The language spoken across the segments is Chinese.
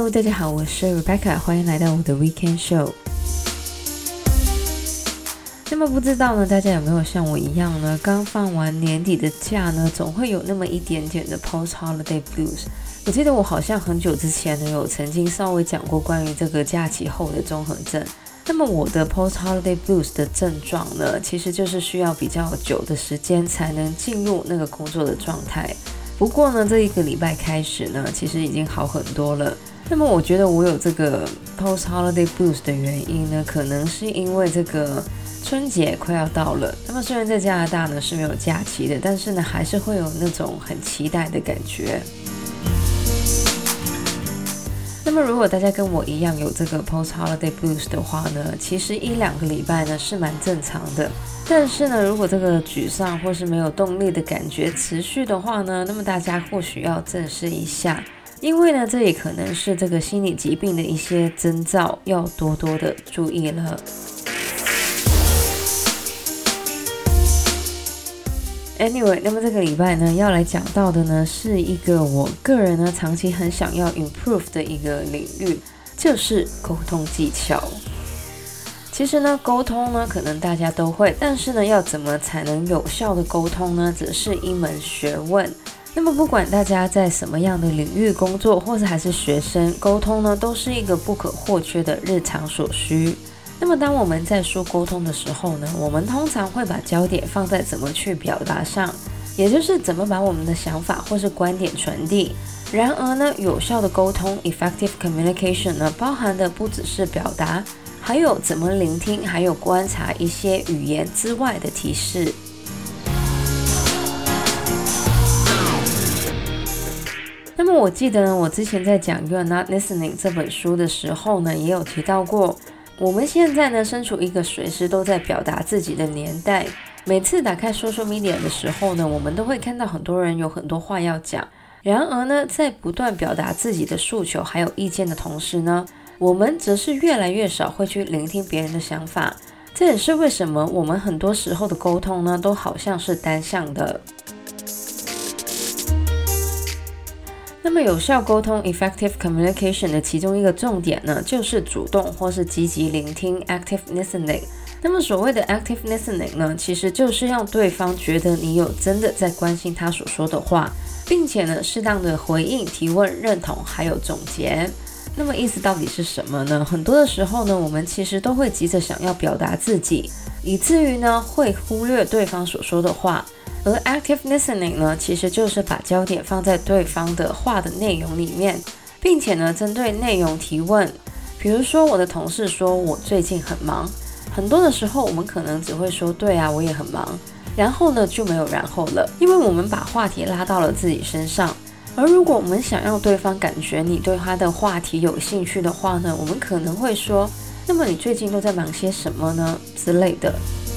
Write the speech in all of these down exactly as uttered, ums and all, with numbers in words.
Hello， 大家好，我是 Rebecca， 欢迎来到我的 Weekend Show。那么不知道呢，大家有没有像我一样呢？刚放完年底的假呢，总会有那么一点点的 Post Holiday Blues。我记得我好像很久之前呢，有曾经稍微讲过关于这个假期后的综合症。那么我的 Post Holiday Blues 的症状呢，其实就是需要比较久的时间才能进入那个工作的状态。不过呢，这一个礼拜开始呢，其实已经好很多了。那么我觉得我有这个 Post Holiday Blues 的原因呢，可能是因为这个春节快要到了。那么虽然在加拿大呢是没有假期的，但是呢还是会有那种很期待的感觉。那么如果大家跟我一样有这个 Post Holiday Blues 的话呢，其实一两个礼拜呢是蛮正常的。但是呢，如果这个沮丧或是没有动力的感觉持续的话呢，那么大家或许要正视一下，因为呢这也可能是这个心理疾病的一些征兆，要多多的注意了。Anyway， 那么这个礼拜呢，要来讲到的呢，是一个我个人呢长期很想要 improve 的一个领域，就是沟通技巧。其实呢，沟通呢，可能大家都会，但是呢，要怎么才能有效的沟通呢，则是一门学问。那么不管大家在什么样的领域工作，或者还是学生，沟通呢，都是一个不可或缺的日常所需。那么当我们在说沟通的时候呢，我们通常会把焦点放在怎么去表达上，也就是怎么把我们的想法或是观点传递。然而呢，有效的沟通 effective communication 呢，包含的不只是表达，还有怎么聆听，还有观察一些语言之外的提示。那么我记得呢，我之前在讲 You're Not Listening 这本书的时候呢，也有提到过，我们现在呢身处一个随时都在表达自己的年代。每次打开 social media 的时候呢，我们都会看到很多人有很多话要讲。然而呢，在不断表达自己的诉求还有意见的同时呢，我们则是越来越少会去聆听别人的想法。这也是为什么我们很多时候的沟通呢，都好像是单向的。那么有效沟通 effective communication 的其中一个重点呢，就是主动或是积极聆听 active listening。那么所谓的 active listening 呢，其实就是让对方觉得你有真的在关心他所说的话，并且呢适当的回应、提问、认同还有总结。那么意思到底是什么呢？很多的时候呢，我们其实都会急着想要表达自己，以至于呢会忽略对方所说的话。而 active listening 呢，其实就是把焦点放在对方的话的内容里面，并且呢针对内容提问。比如说我的同事说我最近很忙，很多的时候我们可能只会说对啊，我也很忙，然后呢就没有然后了，因为我们把话题拉到了自己身上。而如果我们想让对方感觉你对他的话题有兴趣的话呢，我们可能会说，那么你最近都在忙些什么呢？之类的。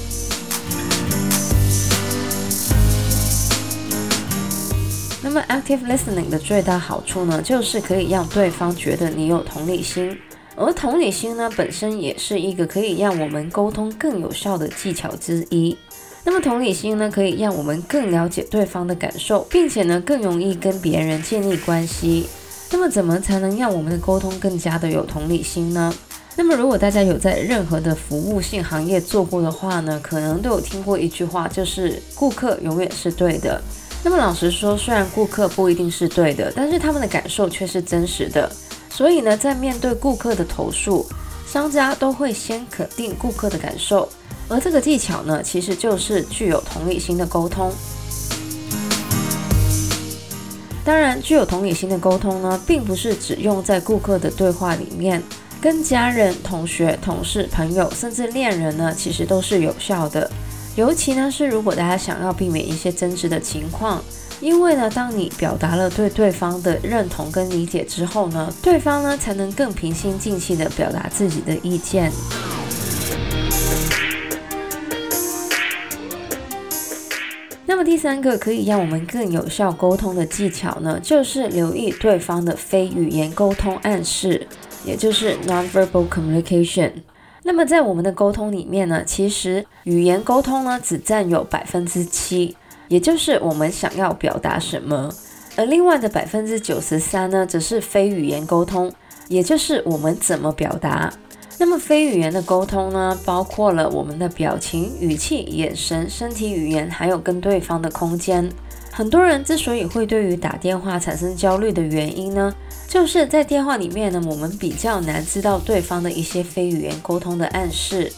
那么 active listening 的最大好处呢，就是可以让对方觉得你有同理心。而同理心呢，本身也是一个可以让我们沟通更有效的技巧之一。那么同理心呢，可以让我们更了解对方的感受，并且呢，更容易跟别人建立关系。那么怎么才能让我们的沟通更加的有同理心呢？那么如果大家有在任何的服务性行业做过的话呢，可能都有听过一句话，就是顾客永远是对的。那么老实说，虽然顾客不一定是对的，但是他们的感受却是真实的。所以呢，在面对顾客的投诉，商家都会先肯定顾客的感受。而这个技巧呢，其实就是具有同理心的沟通。当然，具有同理心的沟通呢，并不是只用在顾客的对话里面，跟家人、同学、同事、朋友，甚至恋人呢，其实都是有效的。尤其呢，是如果大家想要避免一些争执的情况，因为呢，当你表达了对对方的认同跟理解之后呢，对方呢才能更平心静气地表达自己的意见。那么第三个可以让我们更有效沟通的技巧呢，就是留意对方的非语言沟通暗示，也就是 nonverbal communication。那么在我们的沟通里面呢，其实语言沟通呢只占有百分之七，也就是我们想要表达什么，而另外的百分之九十三呢，则是非语言沟通， 也就是我们怎么表达。那么非语言的沟通呢，包括了我们的表情、语气、眼神、身体语言，还有跟对方的空间。很多人之所以会对于打电话产生焦虑的原因呢，就是在电话里面呢，我们比较难知道对方的一些非语言沟通的暗示。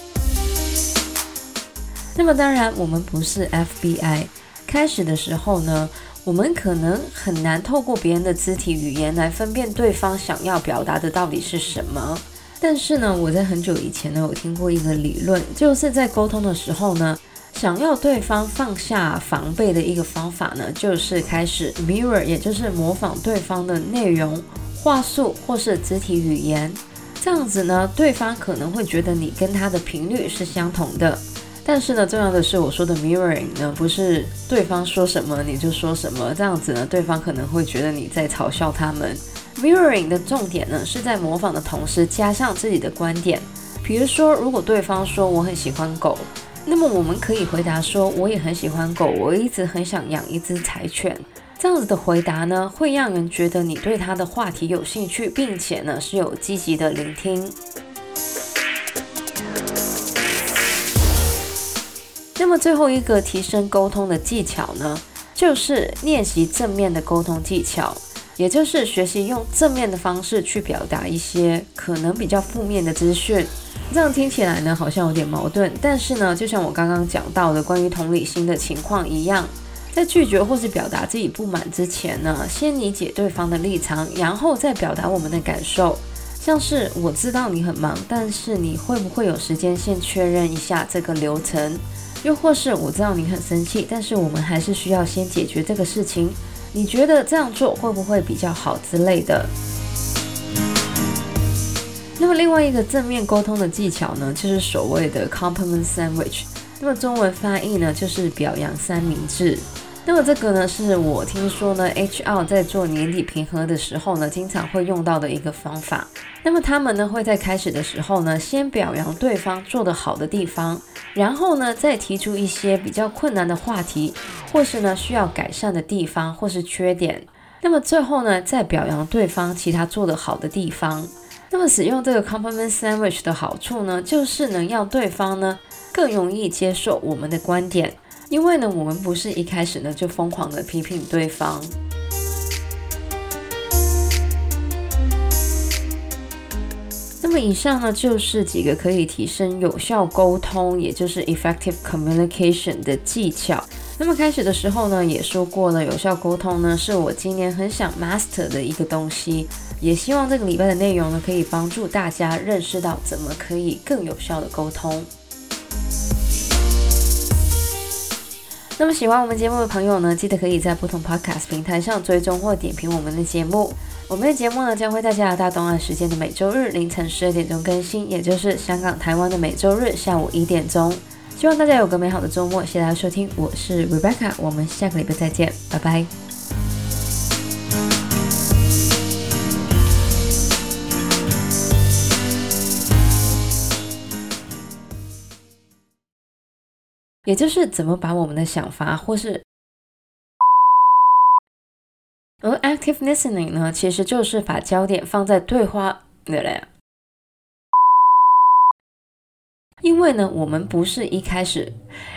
那么当然，我们不是 F B I， 开始的时候呢，我们可能很难透过别人的肢体语言来分辨对方想要表达的到底是什么。但是呢，我在很久以前呢，有听过一个理论，就是在沟通的时候呢，想要对方放下防备的一个方法呢，就是开始 mirror， 也就是模仿对方的内容、话术或是肢体语言。这样子呢，对方可能会觉得你跟他的频率是相同的。但是呢，重要的是我说的 mirroring 呢，不是对方说什么你就说什么，这样子呢，对方可能会觉得你在嘲笑他们。Mirroring 的重点呢，是在模仿的同时加上自己的观点。比如说，如果对方说我很喜欢狗，那么我们可以回答说我也很喜欢狗，我一直很想养一只柴犬。这样子的回答呢，会让人觉得你对他的话题有兴趣，并且呢是有积极的聆听。那么最后一个提升沟通的技巧呢，就是练习正面的沟通技巧。也就是学习用正面的方式去表达一些可能比较负面的资讯。这样听起来呢好像有点矛盾，但是呢就像我刚刚讲到的关于同理心的情况一样，在拒绝或是表达自己不满之前呢，先理解对方的立场，然后再表达我们的感受。像是我知道你很忙，但是你会不会有时间先确认一下这个流程？又或是我知道你很生气，但是我们还是需要先解决这个事情，你觉得这样做会不会比较好之类的。那么另外一个正面沟通的技巧呢，就是所谓的 compliment sandwich， 那么中文翻译呢就是表扬三明治。那么这个呢是我听说呢 H R 在做年底评核的时候呢经常会用到的一个方法。那么他们呢会在开始的时候呢先表扬对方做得好的地方，然后呢再提出一些比较困难的话题，或是呢需要改善的地方或是缺点。那么最后呢再表扬对方其他做得好的地方。那么使用这个 compliment sandwich 的好处呢，就是能让对方呢更容易接受我们的观点，因为呢我们不是一开始呢就疯狂的批评对方。那么以上呢就是几个可以提升有效沟通，也就是 effective communication 的技巧。那么开始的时候呢也说过了，有效沟通呢是我今年很想 master 的一个东西，也希望这个礼拜的内容呢可以帮助大家认识到怎么可以更有效的沟通。那么喜欢我们节目的朋友呢，记得可以在不同 podcast 平台上追踪或点评我们的节目。我们的节目呢将会在加拿大东岸时间的每周日凌晨十二点钟更新，也就是香港、台湾的每周日下午一点钟。希望大家有个美好的周末，谢谢大家收听，我是 Rebecca， 我们下个礼拜再见，拜拜。也就是怎么把我们的想法或是而 active listening 呢，其实就是把焦点放在对话，因为呢我们不是一开始